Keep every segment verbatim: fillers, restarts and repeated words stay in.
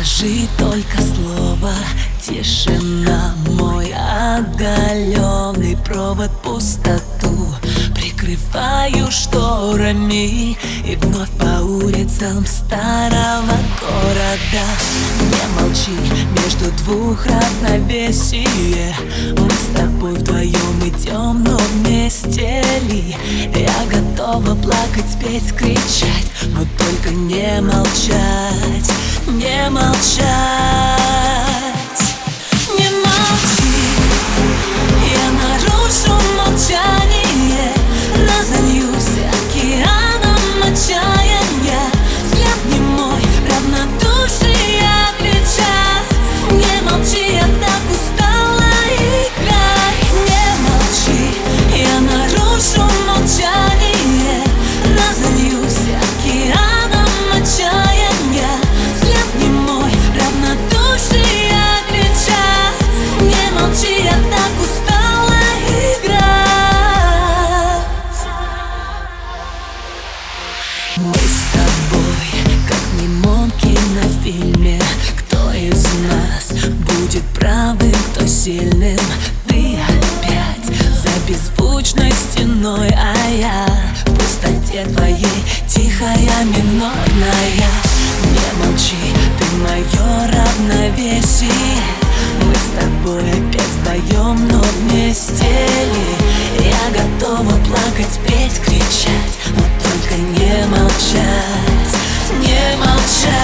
Скажи только слово, тишина, мой оголенный провод пустоту прикрываю шторами и вновь по улицам старого города. Не молчи, между двух равновесие, мы с тобой вдвоем идем, но вместе ли? Я готова плакать, спеть, кричать, но только не молчать, не молчать. Не молчи, я нарушу молчание, разольюсь океаном отчаяния. Взгляд не мой, равнодушие кричат. Не молчи, я так устала играть. Не молчи, я нарушу молчание, разольюсь океаном отчаяния. Взгляд не мой, равнодушие кричат. Не молчи, я так устала играть. Мы с тобой, как в немом кинофильме. Кто из нас будет правым, кто сильным? Ты опять за беззвучной стеной, а я в пустоте твоей, тихая, минорная. Не молчи, ты мое равновесие. Мы с тобой опять вдвоем, но вместе ли? Я готова плакать, петь, кричать, но только не молчать, не молчать.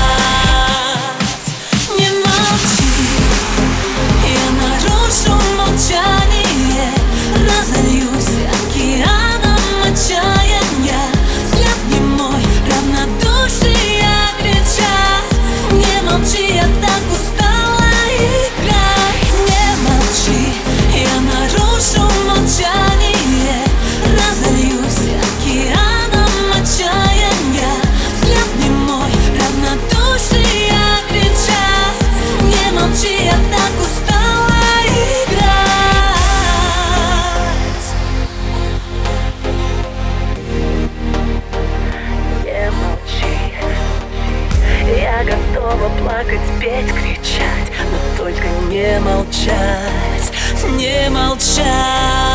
Не молчи, я нарушу молчание, разольюсь океаном отчаяния. Взгляд не мой, равнодушие кричат. Не молчи, я так устала играть. Не молчи, я нарушу молчание, разольюсь океаном отчаяния. Взгляд не мой, равнодушие кричат. Не молчи, я так устала играть. Не молчи, я готова плакать, петь, кричать, но только не молчать, не молчать.